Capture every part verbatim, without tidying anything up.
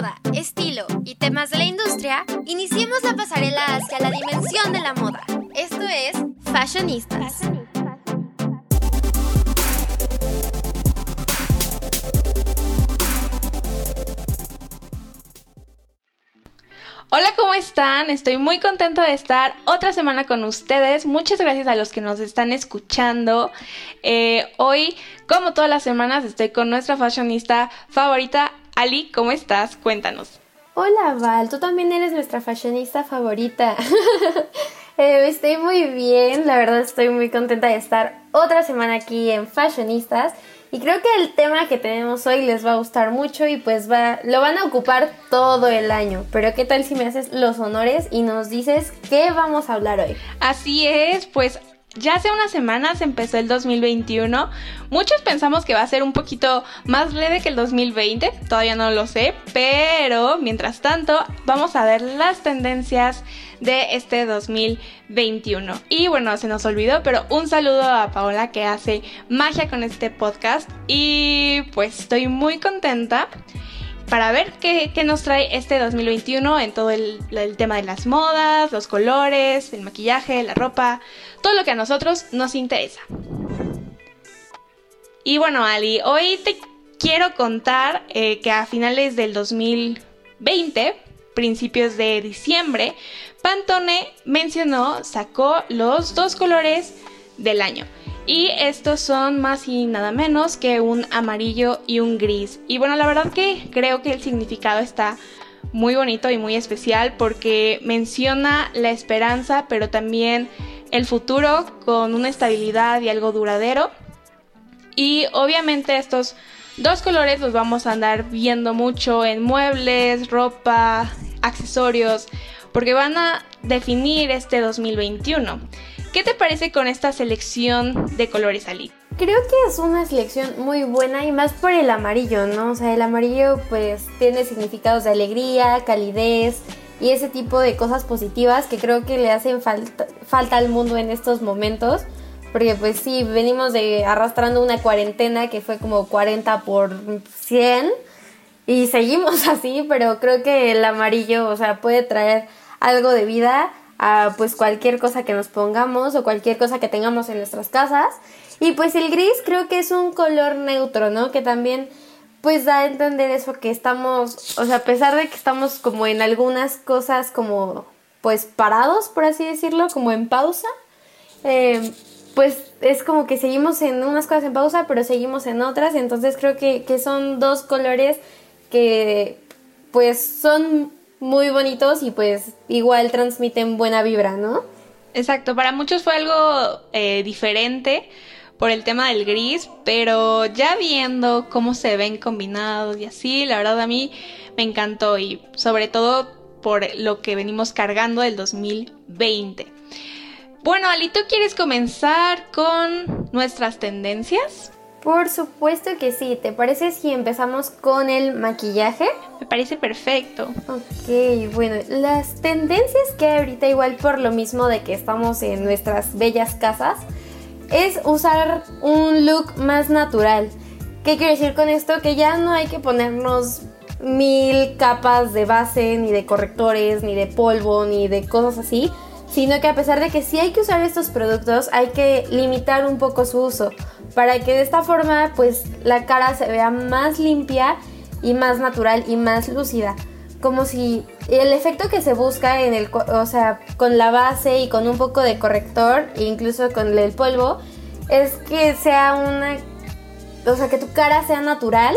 moda, estilo y temas de la industria, iniciemos la pasarela hacia la dimensión de la moda. Esto es Fashionistas. Hola, ¿cómo están? Estoy muy contenta de estar otra semana con ustedes. Muchas gracias a los que nos están escuchando. Eh, hoy, como todas las semanas, estoy con nuestra fashionista favorita. Ali, ¿cómo estás? Cuéntanos. Hola, Val. Tú también eres nuestra fashionista favorita. eh, estoy muy bien. La verdad, estoy muy contenta de estar otra semana aquí en Fashionistas. Y creo que el tema que tenemos hoy les va a gustar mucho y pues va, lo van a ocupar todo el año. Pero ¿qué tal si me haces los honores y nos dices qué vamos a hablar hoy? Así es, pues ya hace unas semanas empezó el dos mil veintiuno. Muchos pensamos que va a ser un poquito más leve que el dos mil veinte, todavía no lo sé, pero mientras tanto vamos a ver las tendencias de este dos mil veintiuno. Y bueno, se nos olvidó, pero un saludo a Paola que hace magia con este podcast y pues estoy muy contenta para ver qué, qué nos trae este dos mil veintiuno en todo el, el tema de las modas, los colores, el maquillaje, la ropa, todo lo que a nosotros nos interesa. Y bueno, Ali, hoy te quiero contar eh, que a finales del dos mil veinte, principios de diciembre, Pantone mencionó, sacó los dos colores del año. Y estos son más y nada menos que un amarillo y un gris. Y bueno, la verdad que creo que el significado está muy bonito y muy especial porque menciona la esperanza, pero también el futuro con una estabilidad y algo duradero. Y obviamente estos dos colores los vamos a andar viendo mucho en muebles, ropa, accesorios, porque van a definir este dos mil veintiuno. ¿Qué te parece con esta selección de colores, Ali? Creo que es una selección muy buena y más por el amarillo, ¿no? O sea, el amarillo pues tiene significados de alegría, calidez y ese tipo de cosas positivas que creo que le hacen falta, falta al mundo en estos momentos. Porque pues sí, venimos de arrastrando una cuarentena que fue como cuarenta por cien y seguimos así, pero creo que el amarillo, o sea, puede traer algo de vida a pues cualquier cosa que nos pongamos o cualquier cosa que tengamos en nuestras casas. Y pues el gris creo que es un color neutro, ¿no? Que también pues da a entender eso, que estamos, o sea, a pesar de que estamos como en algunas cosas como pues parados, por así decirlo, como en pausa, eh, pues es como que seguimos en unas cosas en pausa, pero seguimos en otras. Entonces creo que, que son dos colores que pues son muy bonitos y pues igual transmiten buena vibra, ¿no? Exacto, para muchos fue algo eh, diferente por el tema del gris, pero ya viendo cómo se ven combinados y así, la verdad a mí me encantó y sobre todo por lo que venimos cargando del dos mil veinte. Bueno, Ali, ¿tú quieres comenzar con nuestras tendencias? Por supuesto que sí. ¿Te parece si empezamos con el maquillaje? Me parece perfecto. Ok, bueno, las tendencias que hay ahorita, igual por lo mismo de que estamos en nuestras bellas casas, es usar un look más natural. ¿Qué quiero decir con esto? Que ya no hay que ponernos mil capas de base, ni de correctores, ni de polvo, ni de cosas así, sino que a pesar de que sí hay que usar estos productos, hay que limitar un poco su uso, para que de esta forma pues la cara se vea más limpia y más natural y más lúcida. Como si el efecto que se busca en el, o sea, con la base y con un poco de corrector e incluso con el polvo, es que sea una, o sea, que tu cara sea natural,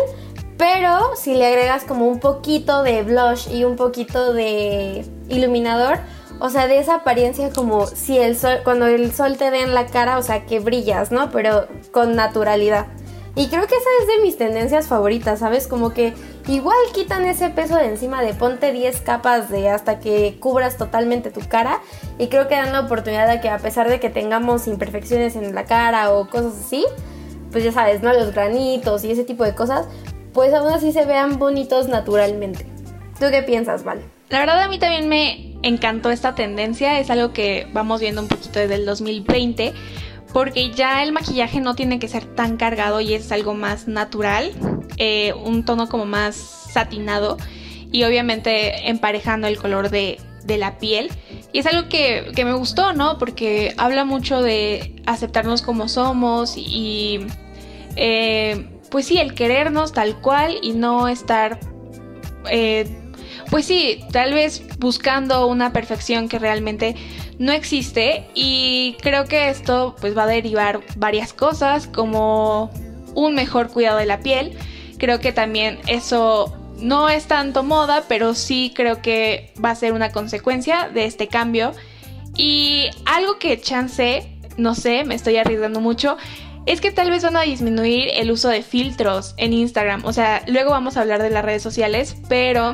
pero si le agregas como un poquito de blush y un poquito de iluminador, o sea, de esa apariencia como si el sol, cuando el sol te dé en la cara, o sea, que brillas, ¿no? Pero con naturalidad. Y creo que esa es de mis tendencias favoritas, ¿sabes? Como que igual quitan ese peso de encima de ponte diez capas de hasta que cubras totalmente tu cara. Y creo que dan la oportunidad de que a pesar de que tengamos imperfecciones en la cara o cosas así, pues ya sabes, ¿no? Los granitos y ese tipo de cosas, pues aún así se vean bonitos naturalmente. ¿Tú qué piensas, Val? La verdad a mí también me encantó esta tendencia, es algo que vamos viendo un poquito desde el dos mil veinte, porque ya el maquillaje no tiene que ser tan cargado y es algo más natural, eh, un tono como más satinado. y obviamente emparejando el color de, de la piel. Y es algo que, que me gustó, ¿no? Porque habla mucho de aceptarnos como somos y eh, pues sí, el querernos tal cual y no estar, eh, pues sí, tal vez buscando una perfección que realmente no existe. Y creo que esto pues va a derivar varias cosas, como un mejor cuidado de la piel. Creo que también eso no es tanto moda, pero sí creo que va a ser una consecuencia de este cambio. Y algo que chance, no sé, me estoy arriesgando mucho, es que tal vez van a disminuir el uso de filtros en Instagram. O sea, luego vamos a hablar de las redes sociales, pero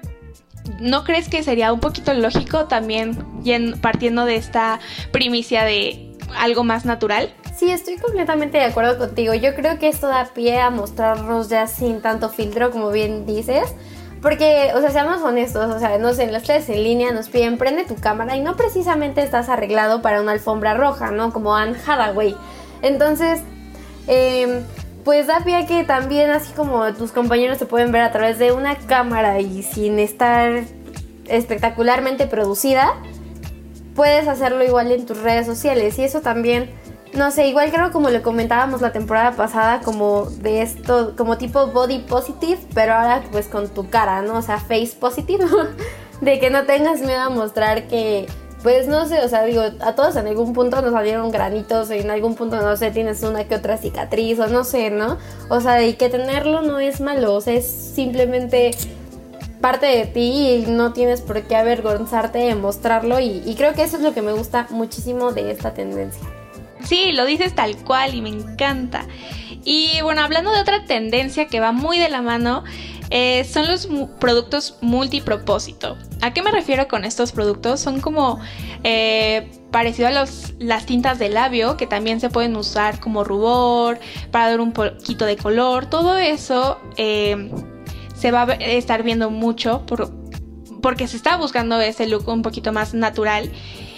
¿no crees que sería un poquito lógico también partiendo de esta primicia de algo más natural? Sí, estoy completamente de acuerdo contigo. Yo creo que esto da pie a mostrarnos ya sin tanto filtro, como bien dices. Porque, o sea, seamos honestos, o sea, no sé, en las clases en línea nos piden prende tu cámara y no precisamente estás arreglado para una alfombra roja, ¿no? Como Anne Hathaway. Entonces, eh, pues da pie a que también, así como tus compañeros te pueden ver a través de una cámara y sin estar espectacularmente producida, puedes hacerlo igual en tus redes sociales. Y eso también, no sé, igual creo como lo comentábamos la temporada pasada, como de esto, como tipo body positive, pero ahora pues con tu cara, ¿no? O sea, face positive, de que no tengas miedo a mostrar que, pues no sé, o sea, digo, a todos en algún punto nos salieron granitos, en algún punto, no sé, tienes una que otra cicatriz, o no sé, ¿no? O sea, y que tenerlo no es malo, o sea, es simplemente parte de ti y no tienes por qué avergonzarte de mostrarlo, y, y creo que eso es lo que me gusta muchísimo de esta tendencia. Sí, lo dices tal cual y me encanta. Y bueno, hablando de otra tendencia que va muy de la mano, eh, son los mu- productos multipropósito. ¿A qué me refiero con estos productos? Son como eh, parecido a los, las tintas de labio, que también se pueden usar como rubor, para dar un poquito de color. Todo eso eh, se va a estar viendo mucho por, porque se está buscando ese look un poquito más natural.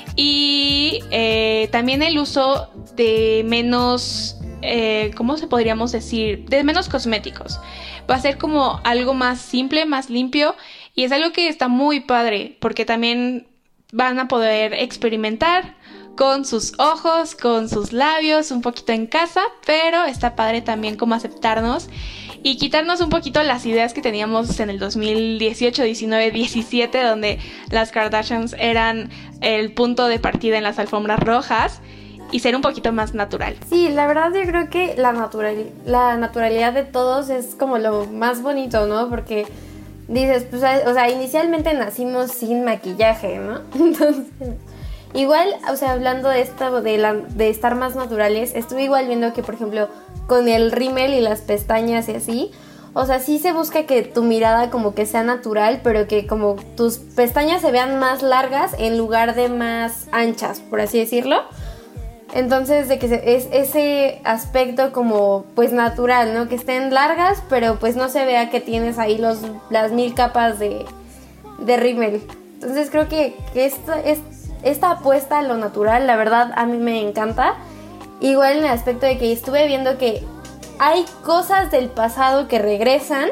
Y eh, también el uso de menos, eh, ¿cómo se podríamos decir? De menos cosméticos. Va a ser como algo más simple, más limpio. Y es algo que está muy padre, porque también van a poder experimentar con sus ojos, con sus labios, un poquito en casa. Pero está padre también como aceptarnos y quitarnos un poquito las ideas que teníamos en el dos mil dieciocho, diecinueve, diecisiete, donde las Kardashians eran el punto de partida en las alfombras rojas, y ser un poquito más natural. Sí, la verdad yo creo que la, natural, la naturalidad de todos es como lo más bonito, ¿no? Porque dices, pues, o sea, inicialmente nacimos sin maquillaje, ¿no? Entonces, igual, o sea, hablando de esto, de, la, de estar más naturales, estuve igual viendo que, por ejemplo, con el rímel y las pestañas y así, o sea, sí se busca que tu mirada como que sea natural, pero que como tus pestañas se vean más largas en lugar de más anchas, por así decirlo. Entonces, de que se, es ese aspecto como pues natural, ¿no? Que estén largas, pero pues no se vea que tienes ahí los, las mil capas de, de rímel. Entonces creo que, que esta, es, esta apuesta a lo natural, la verdad, a mí me encanta. Igual en el aspecto de que estuve viendo que hay cosas del pasado que regresan,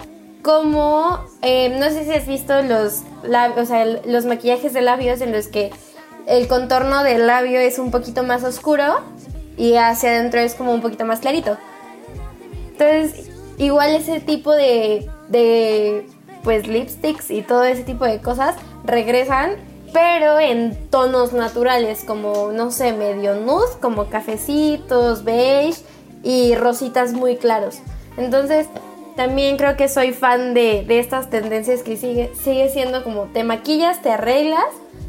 como, eh, no sé si has visto los, lab- o sea, los maquillajes de labios en los que el contorno del labio es un poquito más oscuro y hacia adentro es como un poquito más clarito. Entonces, igual ese tipo de, de pues lipsticks y todo ese tipo de cosas regresan, pero en tonos naturales, como, no sé, medio nude, como cafecitos, beige y rositas muy claros. Entonces, también creo que soy fan de, de estas tendencias que sigue, sigue siendo como te maquillas, te arreglas,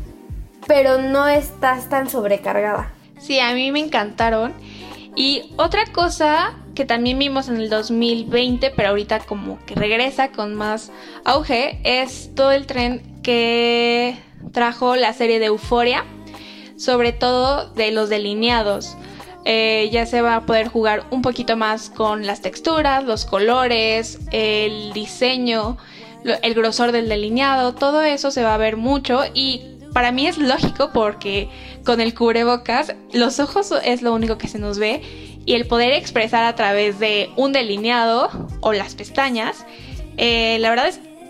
pero no estás tan sobrecargada. Sí, a mí me encantaron. Y otra cosa que también vimos en el dos mil veinte, pero ahorita como que regresa con más auge, es todo el tren que trajo la serie de Euphoria, sobre todo de los delineados. Eh, ya se va a poder jugar un poquito más con las texturas, los colores, el diseño, el grosor del delineado, todo eso se va a ver mucho. Y para mí es lógico porque con el cubrebocas los ojos es lo único que se nos ve, y el poder expresar a través de un delineado o las pestañas, eh, la verdad es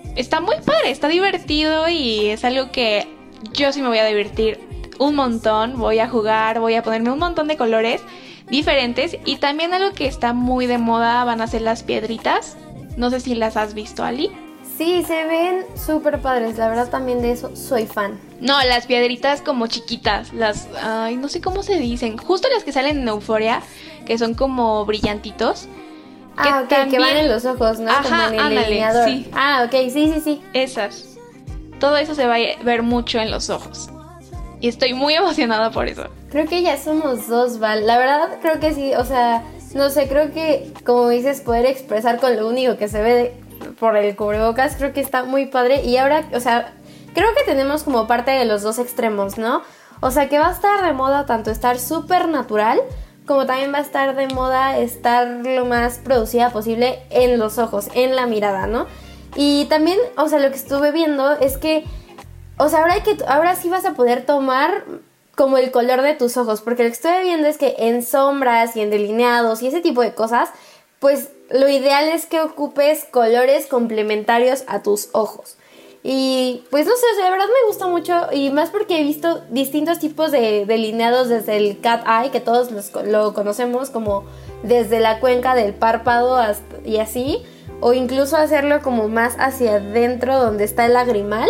está muy padre, está divertido y es algo que yo sí me voy a divertir un montón. Voy a jugar, voy a ponerme un montón de colores diferentes. Y también algo que está muy de moda van a ser las piedritas. No sé si las has visto, Ali. Sí, se ven súper padres, la verdad también de eso soy fan. No, las piedritas como chiquitas, las, ay, no sé cómo se dicen, justo las que salen en Euphoria, que son como brillantitos. Ah, ok, también... que van en los ojos, ¿no? Ajá, como en el ándale, delineador. sí. Ah, ok, sí, sí, sí. Esas. Todo eso se va a ver mucho en los ojos. Y estoy muy emocionada por eso. Creo que ya somos dos, Val. La verdad, creo que sí, o sea, no sé, creo que, como dices, poder expresar con lo único que se ve de, por el cubrebocas, creo que está muy padre. Y ahora, o sea, creo que tenemos como parte de los dos extremos, ¿no? O sea, que va a estar de moda tanto estar súper natural, como también va a estar de moda estar lo más producida posible en los ojos, en la mirada, ¿no? Y también, o sea, lo que estuve viendo es que, o sea, ahora, hay que, ahora sí vas a poder tomar como el color de tus ojos, porque lo que estoy viendo es que en sombras y en delineados y ese tipo de cosas, pues lo ideal es que ocupes colores complementarios a tus ojos. Y pues no sé, o sea, la verdad me gusta mucho, y más porque he visto distintos tipos de delineados desde el cat eye, que todos los, lo conocemos como desde la cuenca del párpado hasta, y así, o incluso hacerlo como más hacia adentro donde está el lagrimal.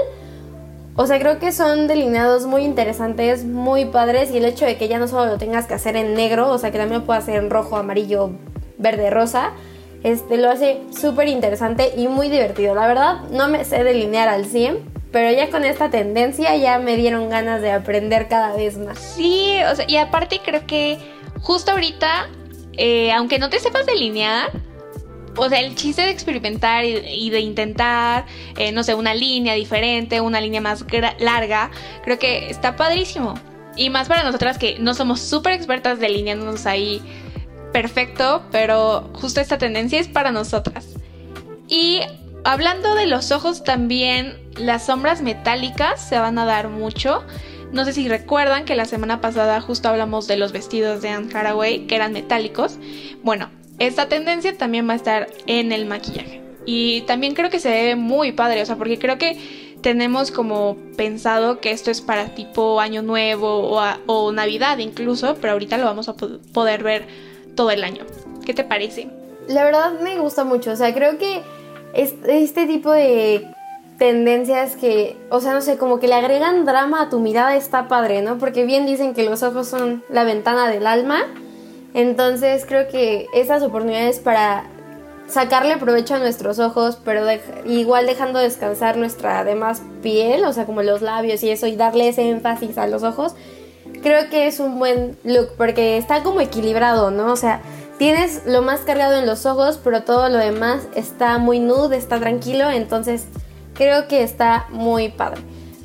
O sea, creo que son delineados muy interesantes, muy padres, y el hecho de que ya no solo lo tengas que hacer en negro, o sea, que también lo puedas hacer en rojo, amarillo, verde, rosa, este lo hace súper interesante y muy divertido. La verdad, no me sé delinear al cien, pero ya con esta tendencia ya me dieron ganas de aprender cada vez más. Sí, o sea, y aparte creo que justo ahorita, eh, aunque no te sepas delinear, o sea, el chiste de experimentar y, y de intentar, eh, no sé, una línea diferente, una línea más gra- larga, creo que está padrísimo. Y más para nosotras que no somos súper expertas delineándonos ahí perfecto, pero justo esta tendencia es para nosotras. Y hablando de los ojos también, las sombras metálicas se van a dar mucho. No sé si recuerdan que la semana pasada justo hablamos de los vestidos de Anne Hathaway, que eran metálicos. Bueno, esta tendencia también va a estar en el maquillaje. Y también creo que se ve muy padre, o sea, porque creo que tenemos como pensado que esto es para tipo Año Nuevo o, a, o Navidad incluso, pero ahorita lo vamos a po- poder ver todo el año. ¿Qué te parece? La verdad me gusta mucho, o sea, creo que este, este tipo de tendencias que, o sea, no sé, como que le agregan drama a tu mirada está padre, ¿no? Porque bien dicen que los ojos son la ventana del alma, entonces creo que esas oportunidades para sacarle provecho a nuestros ojos, pero de, igual dejando descansar nuestra demás piel, o sea, como los labios y eso, y darle ese énfasis a los ojos, creo que es un buen look porque está como equilibrado, ¿no? O sea, tienes lo más cargado en los ojos, pero todo lo demás está muy nude, está tranquilo, entonces creo que está muy padre.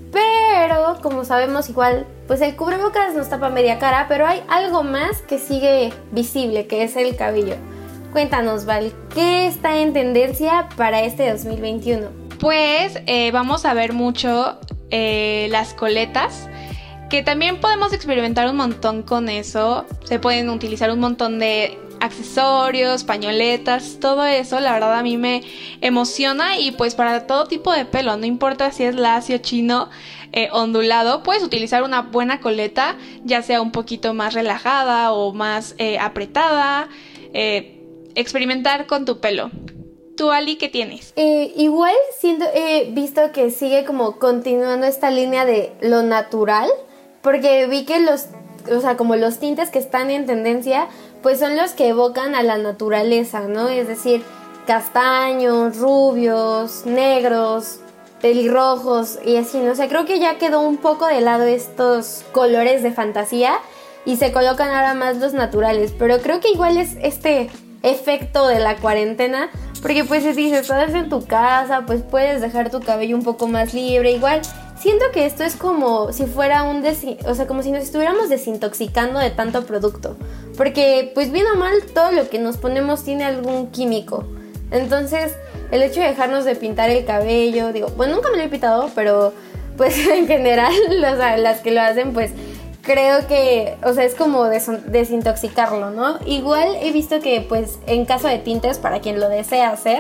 Pero, como sabemos, igual, pues el cubrebocas nos tapa media cara, pero hay algo más que sigue visible, que es el cabello. Cuéntanos, Val, ¿qué está en tendencia para este dos mil veintiuno? Pues eh, vamos a ver mucho eh, las coletas, que también podemos experimentar un montón con eso. Se pueden utilizar un montón de accesorios, pañoletas, todo eso. La verdad a mí me emociona, y pues para todo tipo de pelo, no importa si es lacio, chino, eh, ondulado, puedes utilizar una buena coleta, ya sea un poquito más relajada o más eh, apretada, eh, experimentar con tu pelo. ¿Tú, Ali, qué tienes? Eh, igual siento, he visto que sigue como continuando esta línea de lo natural, porque vi que los, o sea, como los tintes que están en tendencia, pues son los que evocan a la naturaleza, ¿no? Es decir, castaños, rubios, negros, pelirrojos y así, ¿no? O sea, creo que ya quedó un poco de lado estos colores de fantasía y se colocan ahora más los naturales, pero creo que igual es este efecto de la cuarentena, porque pues si estás en tu casa, pues puedes dejar tu cabello un poco más libre. Igual siento que esto es como si fuera un desi- o sea, como si nos estuviéramos desintoxicando de tanto producto, porque pues bien o mal todo lo que nos ponemos tiene algún químico. Entonces el hecho de dejarnos de pintar el cabello, digo, bueno, nunca me lo he pintado, pero pues en general, o sea, las que lo hacen, pues creo que, o sea, es como des- desintoxicarlo, ¿no? Igual he visto que, pues, en caso de tintes, para quien lo desea hacer,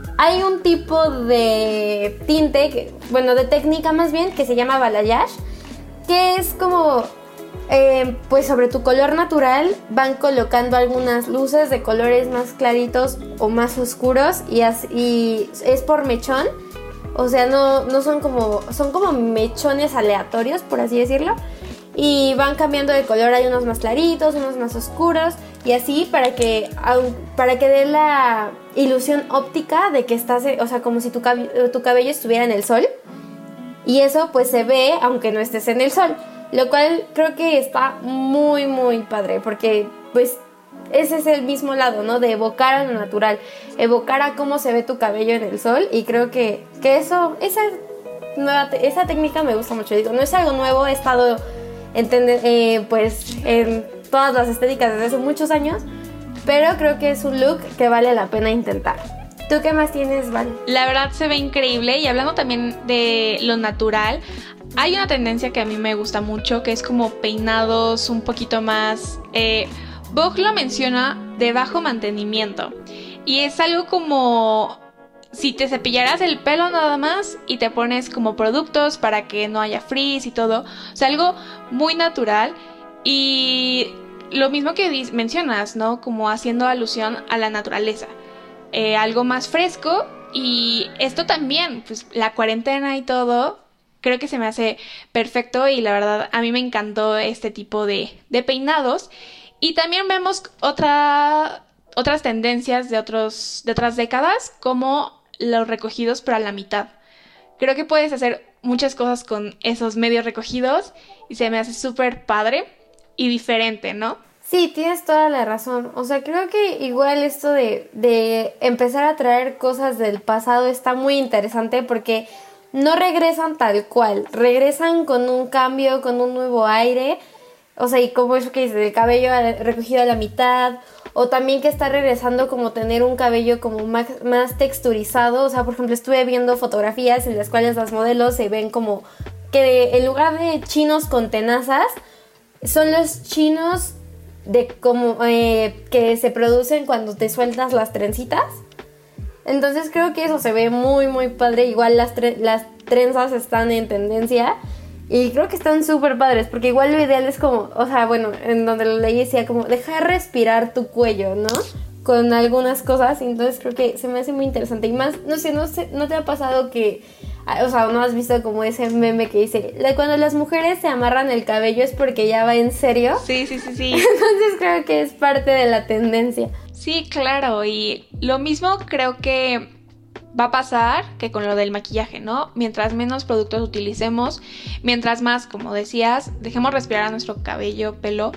hay un tipo de tinte, que, bueno, de técnica más bien, que se llama balayage, que es como, eh, pues sobre tu color natural van colocando algunas luces de colores más claritos o más oscuros y, as, y es por mechón. O sea, no, no son como, son como mechones aleatorios, por así decirlo. Y van cambiando de color, hay unos más claritos, unos más oscuros. Y así para que, para que dé la ilusión óptica de que estás, o sea, como si tu, cab- tu cabello estuviera en el sol. Y eso pues se ve aunque no estés en el sol. Lo cual creo que está muy, muy padre. Porque pues ese es el mismo lado, ¿no? De evocar a lo natural, evocar a cómo se ve tu cabello en el sol. Y creo que, que eso, esa, nueva te- esa técnica me gusta mucho. Digo, no es algo nuevo, he estado entende- eh, pues en todas las estéticas desde hace muchos años. Pero creo que es un look que vale la pena intentar. ¿Tú qué más tienes, Val? La verdad se ve increíble. Y hablando también de lo natural, hay una tendencia que a mí me gusta mucho, que es como peinados un poquito más... Eh, Vogue lo menciona de bajo mantenimiento y es algo como si te cepillaras el pelo nada más y te pones como productos para que no haya frizz y todo, o sea, algo muy natural y lo mismo que dis- mencionas, ¿no? Como haciendo alusión a la naturaleza, eh, algo más fresco y esto también, pues la cuarentena y todo, creo que se me hace perfecto y la verdad a mí me encantó este tipo de, de peinados. Y también vemos otra, otras tendencias de, otros, de otras décadas, como los recogidos pero a la mitad. Creo que puedes hacer muchas cosas con esos medios recogidos y se me hace súper padre y diferente, ¿no? Sí, tienes toda la razón. O sea, creo que igual esto de, de empezar a traer cosas del pasado está muy interesante porque no regresan tal cual. Regresan con un cambio, con un nuevo aire. O sea, y como eso que dice, el cabello recogido a la mitad, o también que está regresando como tener un cabello como más, más texturizado. O sea, por ejemplo, estuve viendo fotografías en las cuales las modelos se ven como que en lugar de chinos con tenazas, son los chinos de como eh, que se producen cuando te sueltas las trencitas. Entonces creo que eso se ve muy, muy padre. Igual las, tre- las trenzas están en tendencia. Y creo que están súper padres, porque igual lo ideal es como, o sea, bueno, en donde lo leí decía como dejar respirar tu cuello, ¿no? Con algunas cosas, y entonces creo que se me hace muy interesante. Y más, no sé, no sé, ¿no te ha pasado que, o sea, no has visto como ese meme que dice, cuando las mujeres se amarran el cabello es porque ya va en serio? Sí, sí, sí, sí. Entonces creo que es parte de la tendencia. Sí, claro, y lo mismo creo que va a pasar que con lo del maquillaje, ¿no? Mientras menos productos utilicemos, mientras más, como decías, dejemos respirar a nuestro cabello, pelo,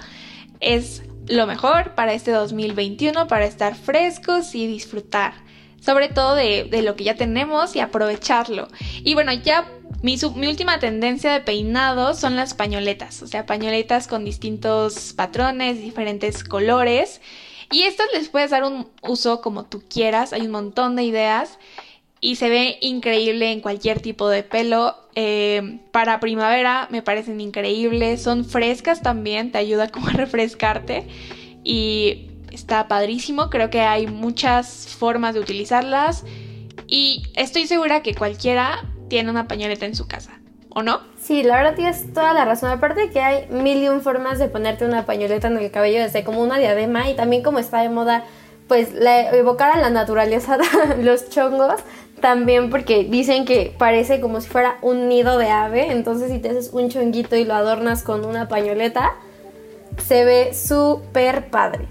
es lo mejor para este dos mil veintiuno, para estar frescos y disfrutar, sobre todo de, de lo que ya tenemos y aprovecharlo. Y bueno, ya mi, sub, mi última tendencia de peinado son las pañoletas, o sea, pañoletas con distintos patrones, diferentes colores. Y estas les puedes dar un uso como tú quieras, hay un montón de ideas y se ve increíble en cualquier tipo de pelo. Eh, para primavera me parecen increíbles, son frescas también, te ayuda como a refrescarte y está padrísimo. Creo que hay muchas formas de utilizarlas y estoy segura que cualquiera tiene una pañoleta en su casa, ¿o no? Sí, la verdad tienes toda la razón. Aparte que hay mil y un formas de ponerte una pañoleta en el cabello, desde como una diadema y también como está de moda, pues la, evocar a la naturaleza los chongos, también porque dicen que parece como si fuera un nido de ave. Entonces si te haces un chonguito y lo adornas con una pañoleta, se ve súper padre.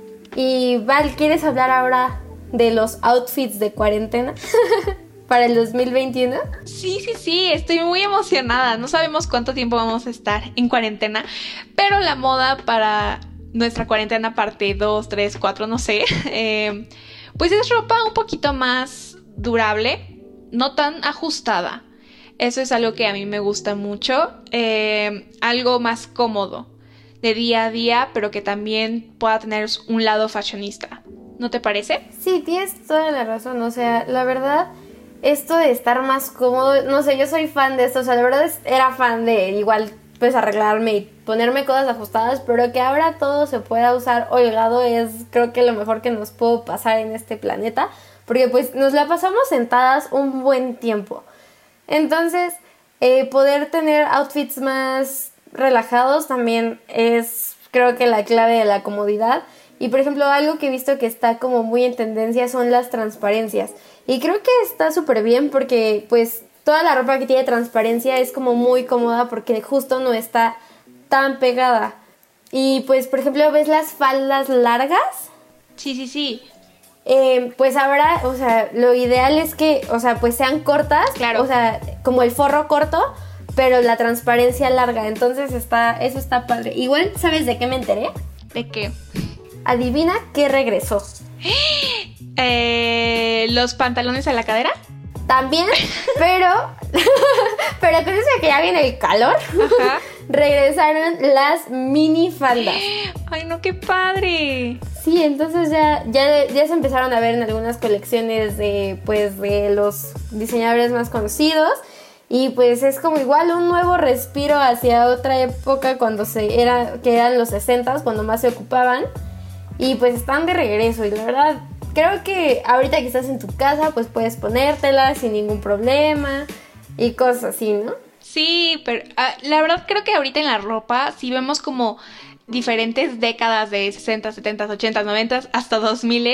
Y Val, ¿quieres hablar ahora de los outfits de cuarentena para el dos mil veintiuno? Sí, sí, sí, estoy muy emocionada. No sabemos cuánto tiempo vamos a estar en cuarentena, pero la moda para nuestra cuarentena parte dos, tres, cuatro, no sé, eh, pues es ropa un poquito más durable, no tan ajustada. Eso es algo que a mí me gusta mucho, eh, algo más cómodo de día a día, pero que también pueda tener un lado fashionista. ¿No te parece? Sí, tienes toda la razón. O sea, la verdad, esto de estar más cómodo, no sé, yo soy fan de esto. O sea, la verdad es, era fan de igual pues arreglarme y ponerme cosas ajustadas, pero que ahora todo se pueda usar holgado es creo que lo mejor que nos puede pasar en este planeta, porque pues nos la pasamos sentadas un buen tiempo. Entonces, eh, poder tener outfits más relajados también es creo que la clave de la comodidad. Y por ejemplo, algo que he visto que está como muy en tendencia son las transparencias. Y creo que está súper bien porque pues toda la ropa que tiene transparencia es como muy cómoda porque justo no está tan pegada. Y pues por ejemplo, ¿ves las faldas largas? Sí, sí, sí. Eh, pues ahora, o sea, lo ideal es que, o sea, pues sean cortas. Claro. O sea, como el forro corto, pero la transparencia larga. Entonces está, eso está padre. Igual, ¿sabes de qué me enteré? ¿De qué? Adivina qué regresó. Eh, ¿Los pantalones a la cadera? También, pero pero con eso de que ya viene el calor, Ajá. regresaron las minifaldas. Ay, no, qué padre. Sí, entonces ya, ya, ya se empezaron a ver en algunas colecciones de, pues, de los diseñadores más conocidos. Y pues es como igual un nuevo respiro hacia otra época cuando se era, que eran los sesentas, cuando más se ocupaban. Y pues están de regreso y la verdad creo que ahorita que estás en tu casa pues puedes ponértelas sin ningún problema y cosas así, ¿no? Sí, pero uh, la verdad creo que ahorita en la ropa sí vemos como diferentes décadas de sesenta, setenta, ochenta, noventa hasta dos mil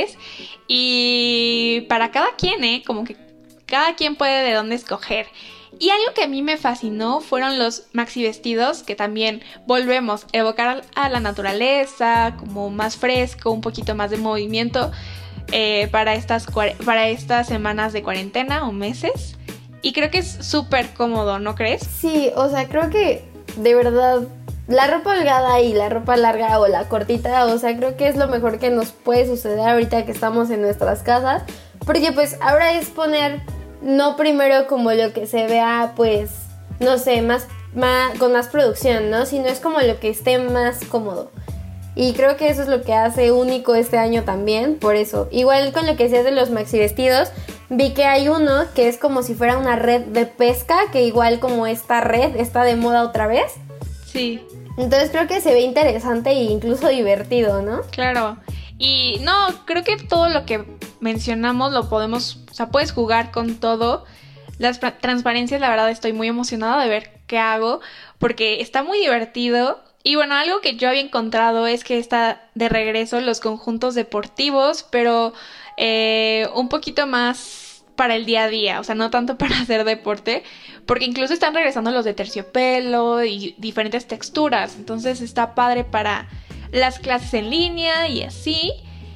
y para cada quien, ¿eh? Como que cada quien puede de dónde escoger. Y algo que a mí me fascinó fueron los maxi vestidos, que también volvemos a evocar a la naturaleza, como más fresco, un poquito más de movimiento eh, para, estas, para estas semanas de cuarentena o meses. Y creo que es súper cómodo, ¿no crees? Sí, o sea, creo que de verdad la ropa holgada y la ropa larga o la cortita, o sea, creo que es lo mejor que nos puede suceder ahorita que estamos en nuestras casas. Porque pues ahora es poner... no primero como lo que se vea, pues, no sé, más, más con más producción, ¿no? Sino es como lo que esté más cómodo. Y creo que eso es lo que hace único este año también, por eso. Igual con lo que decías de los maxi vestidos, vi que hay uno que es como si fuera una red de pesca, que igual como esta red está de moda otra vez. Sí. Entonces creo que se ve interesante e incluso divertido, ¿no? Claro. Y no, creo que todo lo que mencionamos lo podemos, o sea, puedes jugar con todo. Las transparencias, la verdad, estoy muy emocionada de ver qué hago, porque está muy divertido. Y bueno, algo que yo había encontrado es que está de regreso los conjuntos deportivos, pero eh, un poquito más para el día a día, o sea, no tanto para hacer deporte, porque incluso están regresando los de terciopelo y diferentes texturas, entonces está padre para las clases en línea y así.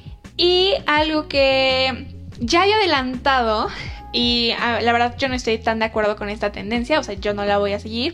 Y algo que ya he adelantado, y a, la verdad yo no estoy tan de acuerdo con esta tendencia, o sea, yo no la voy a seguir,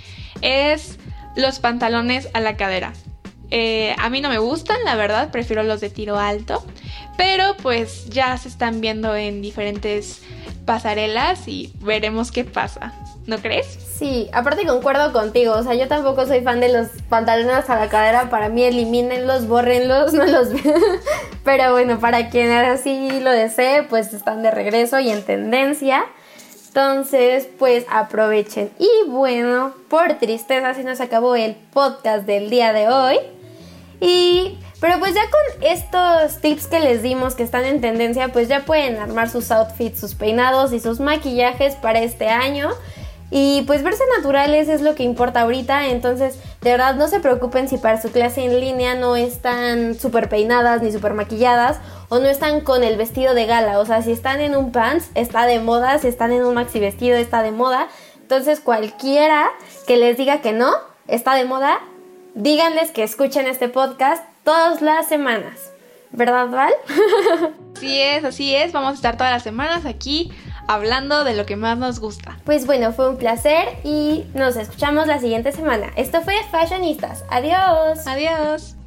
es los pantalones a la cadera. Eh, a mí no me gustan, la verdad, prefiero los de tiro alto, pero pues ya se están viendo en diferentes pasarelas y veremos qué pasa, ¿no crees? Sí, aparte concuerdo contigo, o sea, yo tampoco soy fan de los pantalones a la cadera, para mí elimínenlos, bórrenlos, no los veo, pero bueno, para quien así lo desee, pues están de regreso y en tendencia. Entonces, pues aprovechen. Y bueno, por tristeza se nos acabó el podcast del día de hoy. Y, pero pues ya con estos tips que les dimos que están en tendencia, pues ya pueden armar sus outfits, sus peinados y sus maquillajes para este año. Y pues verse naturales es lo que importa ahorita, entonces de verdad no se preocupen si para su clase en línea no están súper peinadas ni súper maquilladas o no están con el vestido de gala, o sea, si están en un pants está de moda, si están en un maxi vestido está de moda, entonces cualquiera que les diga que no, está de moda, díganles que escuchen este podcast todas las semanas, ¿verdad, Val? Así es, así es, vamos a estar todas las semanas aquí hablando de lo que más nos gusta. Pues bueno, fue un placer y nos escuchamos la siguiente semana. Esto fue Fashionistas. Adiós. Adiós.